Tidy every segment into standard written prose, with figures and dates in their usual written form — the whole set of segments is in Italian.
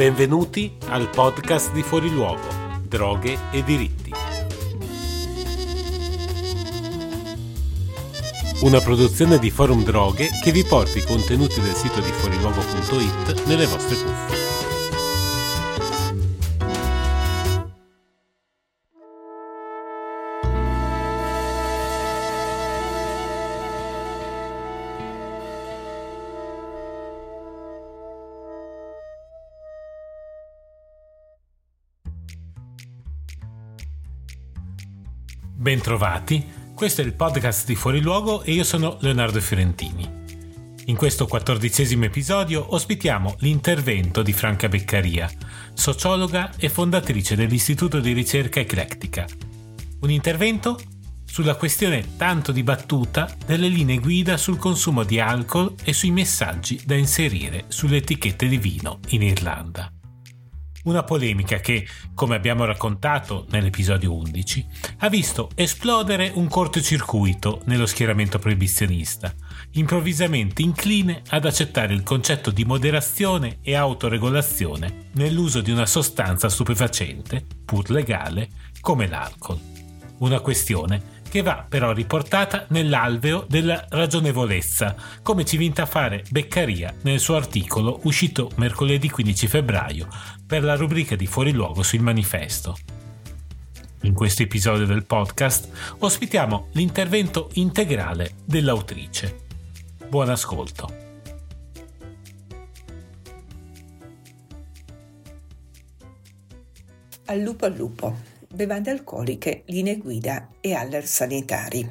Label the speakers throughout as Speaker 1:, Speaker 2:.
Speaker 1: Benvenuti al podcast di Fuori Luogo, Droghe e Diritti. Una produzione di Forum Droghe che vi porta i contenuti del sito di fuoriluogo.it nelle vostre cuffie. Bentrovati, questo è il podcast di Fuori Luogo e io sono Leonardo Fiorentini. In questo 14° episodio ospitiamo l'intervento di Franca Beccaria, sociologa e fondatrice dell'Istituto di Ricerca Eclectica. Un intervento sulla questione tanto dibattuta delle linee guida sul consumo di alcol e sui messaggi da inserire sulle etichette di vino in Irlanda. Una polemica che, come abbiamo raccontato nell'episodio 11, ha visto esplodere un cortocircuito nello schieramento proibizionista, improvvisamente incline ad accettare il concetto di moderazione e autoregolazione nell'uso di una sostanza stupefacente, pur legale, come l'alcol. Una questione che va però riportata nell'alveo della ragionevolezza, come ci invita a fare Beccaria nel suo articolo uscito mercoledì 15 febbraio per la rubrica di Fuori Luogo sul Manifesto. In questo episodio del podcast ospitiamo l'intervento integrale dell'autrice. Buon ascolto.
Speaker 2: Al lupo. Bevande alcoliche, linee guida e aller sanitari.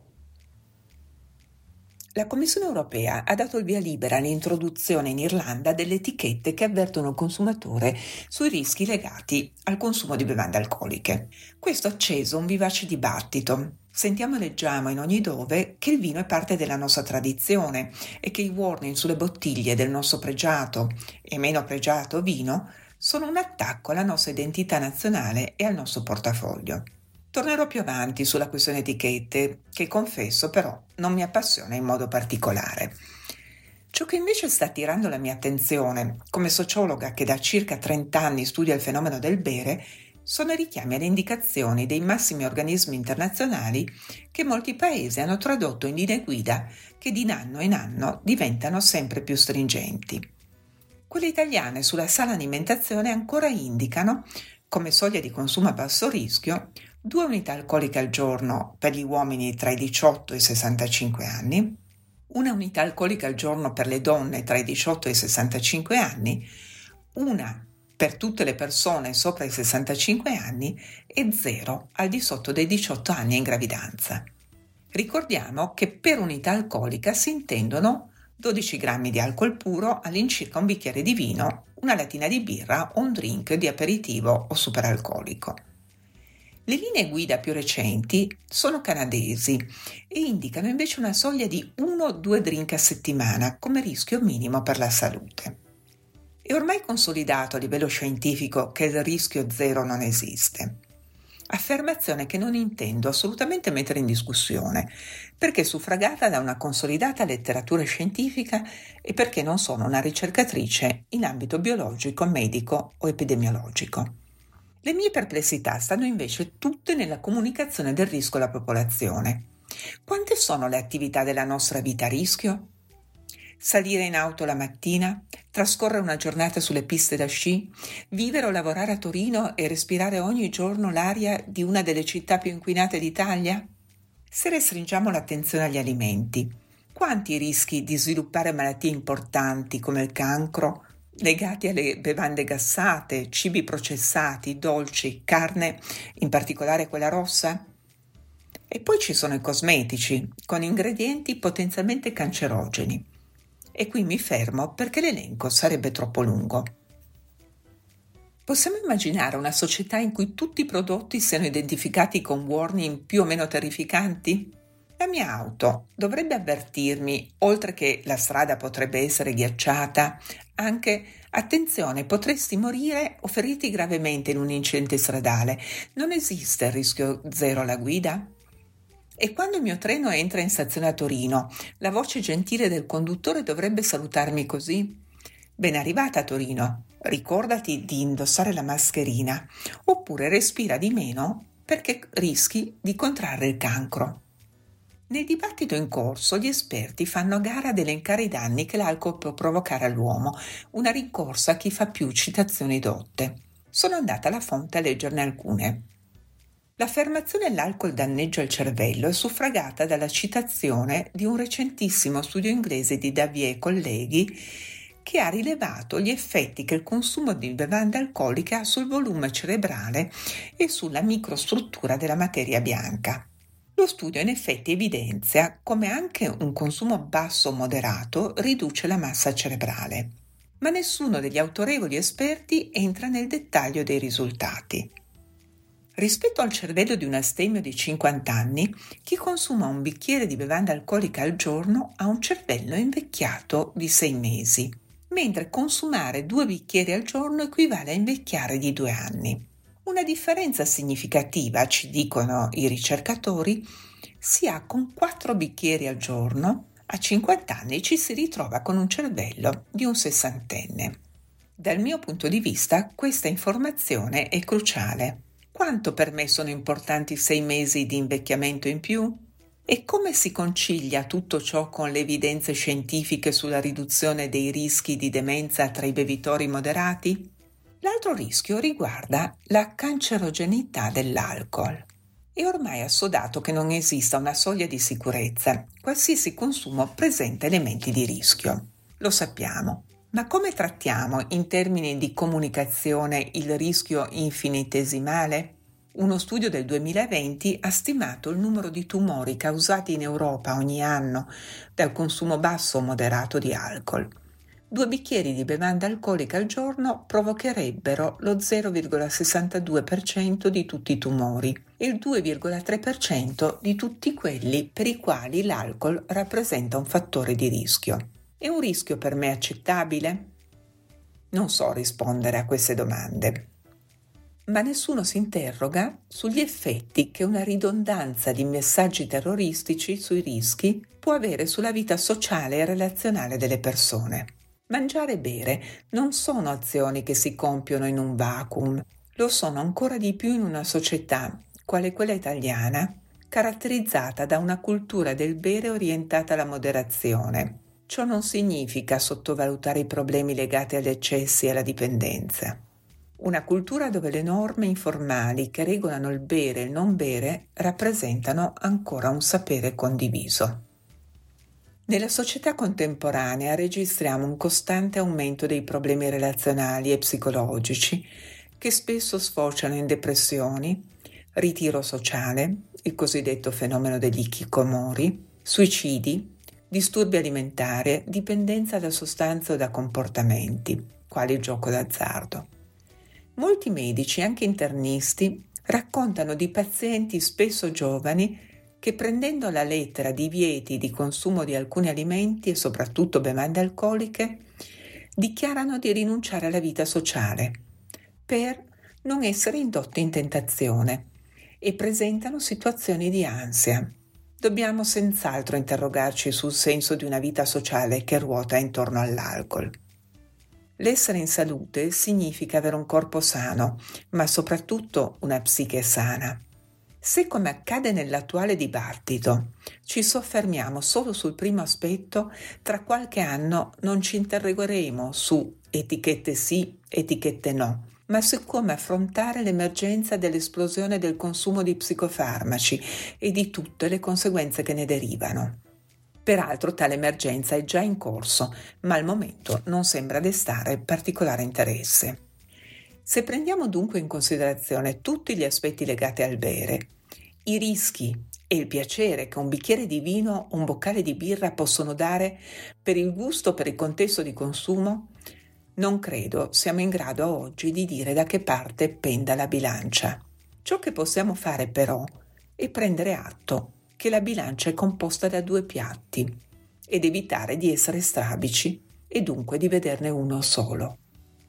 Speaker 2: La Commissione europea ha dato il via libera all'introduzione in Irlanda delle etichette che avvertono il consumatore sui rischi legati al consumo di bevande alcoliche. Questo ha acceso un vivace dibattito. Sentiamo e leggiamo in ogni dove che il vino è parte della nostra tradizione e che i warning sulle bottiglie del nostro pregiato e meno pregiato vino sono un attacco alla nostra identità nazionale e al nostro portafoglio. Tornerò più avanti sulla questione etichette, che confesso però non mi appassiona in modo particolare. Ciò che invece sta attirando la mia attenzione, come sociologa che da circa 30 anni studia il fenomeno del bere, sono i richiami alle indicazioni dei massimi organismi internazionali che molti paesi hanno tradotto in linee guida che di anno in anno diventano sempre più stringenti. Quelle italiane sulla sana alimentazione ancora indicano, come soglia di consumo a basso rischio, 2 unità alcoliche al giorno per gli uomini tra i 18 e i 65 anni, 1 unità alcolica al giorno per le donne tra i 18 e i 65 anni, 1 per tutte le persone sopra i 65 anni e 0 al di sotto dei 18 anni in gravidanza. Ricordiamo che per unità alcolica si intendono 12 grammi di alcol puro, all'incirca un bicchiere di vino, una lattina di birra o un drink di aperitivo o superalcolico. Le linee guida più recenti sono canadesi e indicano invece una soglia di 1-2 drink a settimana come rischio minimo per la salute. È ormai consolidato a livello scientifico che il rischio zero non esiste. Affermazione che non intendo assolutamente mettere in discussione, perché suffragata da una consolidata letteratura scientifica e perché non sono una ricercatrice in ambito biologico, medico o epidemiologico. Le mie perplessità stanno invece tutte nella comunicazione del rischio alla popolazione. Quante sono le attività della nostra vita a rischio? Salire in auto la mattina, trascorrere una giornata sulle piste da sci, vivere o lavorare a Torino e respirare ogni giorno l'aria di una delle città più inquinate d'Italia? Se restringiamo l'attenzione agli alimenti, quanti i rischi di sviluppare malattie importanti come il cancro, legati alle bevande gassate, cibi processati, dolci, carne, in particolare quella rossa? E poi ci sono i cosmetici, con ingredienti potenzialmente cancerogeni. E qui mi fermo perché l'elenco sarebbe troppo lungo. Possiamo immaginare una società in cui tutti i prodotti siano identificati con warning più o meno terrificanti? La mia auto dovrebbe avvertirmi, oltre che la strada potrebbe essere ghiacciata, anche attenzione, potresti morire o ferirti gravemente in un incidente stradale. Non esiste il rischio zero alla guida? E quando il mio treno entra in stazione a Torino, la voce gentile del conduttore dovrebbe salutarmi così: Ben arrivata a Torino, ricordati di indossare la mascherina oppure respira di meno perché rischi di contrarre il cancro. Nel dibattito in corso gli esperti fanno a gara ad elencare i danni che l'alcol può provocare all'uomo, una rincorsa a chi fa più citazioni dotte. Sono andata alla fonte a leggerne alcune. L'affermazione l'alcol danneggia il cervello è suffragata dalla citazione di un recentissimo studio inglese di Davies e colleghi che ha rilevato gli effetti che il consumo di bevande alcoliche ha sul volume cerebrale e sulla microstruttura della materia bianca. Lo studio in effetti evidenzia come anche un consumo basso o moderato riduce la massa cerebrale, ma nessuno degli autorevoli esperti entra nel dettaglio dei risultati. Rispetto al cervello di un astemio di 50 anni, chi consuma un bicchiere di bevanda alcolica al giorno ha un cervello invecchiato di 6 mesi, mentre consumare 2 bicchieri al giorno equivale a invecchiare di 2 anni. Una differenza significativa, ci dicono i ricercatori, si ha con 4 bicchieri al giorno. A 50 anni ci si ritrova con un cervello di un sessantenne. Dal mio punto di vista, questa informazione è cruciale. Quanto per me sono importanti 6 mesi di invecchiamento in più? E come si concilia tutto ciò con le evidenze scientifiche sulla riduzione dei rischi di demenza tra i bevitori moderati? L'altro rischio riguarda la cancerogenità dell'alcol. È ormai assodato che non esista una soglia di sicurezza. Qualsiasi consumo presenta elementi di rischio. Lo sappiamo. Ma come trattiamo in termini di comunicazione il rischio infinitesimale? Uno studio del 2020 ha stimato il numero di tumori causati in Europa ogni anno dal consumo basso o moderato di alcol. 2 bicchieri di bevanda alcolica al giorno provocherebbero lo 0,62% di tutti i tumori e il 2,3% di tutti quelli per i quali l'alcol rappresenta un fattore di rischio. È un rischio per me accettabile? Non so rispondere a queste domande. Ma nessuno si interroga sugli effetti che una ridondanza di messaggi terroristici sui rischi può avere sulla vita sociale e relazionale delle persone. Mangiare e bere non sono azioni che si compiono in un vacuum, lo sono ancora di più in una società, quale quella italiana, caratterizzata da una cultura del bere orientata alla moderazione. Ciò non significa sottovalutare i problemi legati agli eccessi e alla dipendenza. Una cultura dove le norme informali che regolano il bere e il non bere rappresentano ancora un sapere condiviso. Nella società contemporanea registriamo un costante aumento dei problemi relazionali e psicologici che spesso sfociano in depressioni, ritiro sociale, il cosiddetto fenomeno degli hikikomori, suicidi, disturbi alimentari, dipendenza da sostanze o da comportamenti, quali il gioco d'azzardo. Molti medici, anche internisti, raccontano di pazienti spesso giovani che prendendo alla lettera divieti di consumo di alcuni alimenti e soprattutto bevande alcoliche, dichiarano di rinunciare alla vita sociale per non essere indotti in tentazione e presentano situazioni di ansia. Dobbiamo senz'altro interrogarci sul senso di una vita sociale che ruota intorno all'alcol. L'essere in salute significa avere un corpo sano, ma soprattutto una psiche sana. Se, come accade nell'attuale dibattito, ci soffermiamo solo sul primo aspetto, tra qualche anno non ci interrogheremo su etichette sì, etichette no, ma su come affrontare l'emergenza dell'esplosione del consumo di psicofarmaci e di tutte le conseguenze che ne derivano. Peraltro tale emergenza è già in corso, ma al momento non sembra destare particolare interesse. Se prendiamo dunque in considerazione tutti gli aspetti legati al bere, i rischi e il piacere che un bicchiere di vino o un boccale di birra possono dare per il gusto, per il contesto di consumo, non credo siamo in grado oggi di dire da che parte penda la bilancia. Ciò che possiamo fare però è prendere atto che la bilancia è composta da 2 piatti ed evitare di essere strabici e dunque di vederne uno solo.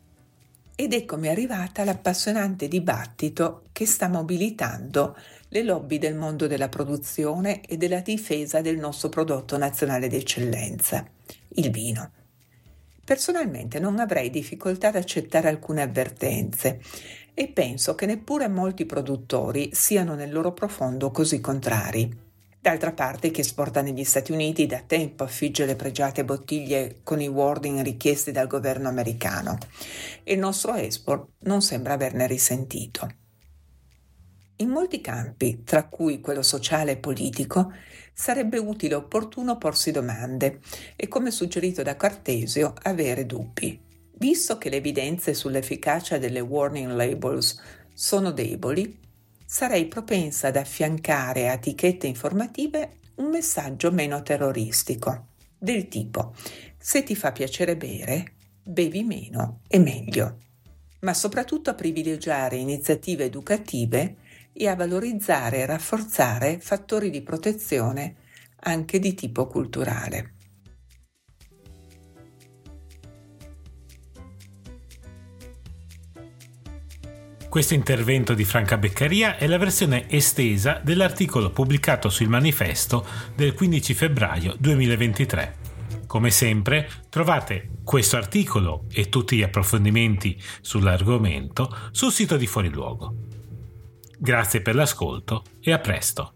Speaker 2: Ed eccomi arrivata all'appassionante dibattito che sta mobilitando le lobby del mondo della produzione e della difesa del nostro prodotto nazionale d'eccellenza, il vino. Personalmente non avrei difficoltà ad accettare alcune avvertenze e penso che neppure molti produttori siano nel loro profondo così contrari. D'altra parte chi esporta negli Stati Uniti da tempo affigge le pregiate bottiglie con i wording richiesti dal governo americano e il nostro export non sembra averne risentito. In molti campi, tra cui quello sociale e politico, sarebbe utile e opportuno porsi domande e, come suggerito da Cartesio, avere dubbi. Visto che le evidenze sull'efficacia delle warning labels sono deboli, sarei propensa ad affiancare a etichette informative un messaggio meno terroristico, del tipo: se ti fa piacere bere, bevi meno e meglio, ma soprattutto a privilegiare iniziative educative e a valorizzare e rafforzare fattori di protezione anche di tipo culturale.
Speaker 1: Questo intervento di Franca Beccaria è la versione estesa dell'articolo pubblicato sul Manifesto del 15 febbraio 2023. Come sempre, trovate questo articolo e tutti gli approfondimenti sull'argomento sul sito di Fuori Luogo. Grazie per l'ascolto e a presto.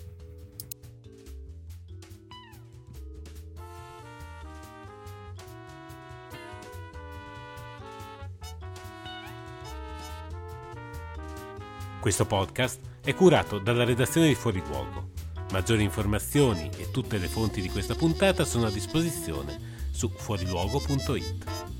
Speaker 1: Questo podcast è curato dalla redazione di Fuori Luogo. Maggiori informazioni e tutte le fonti di questa puntata sono a disposizione su fuoriluogo.it.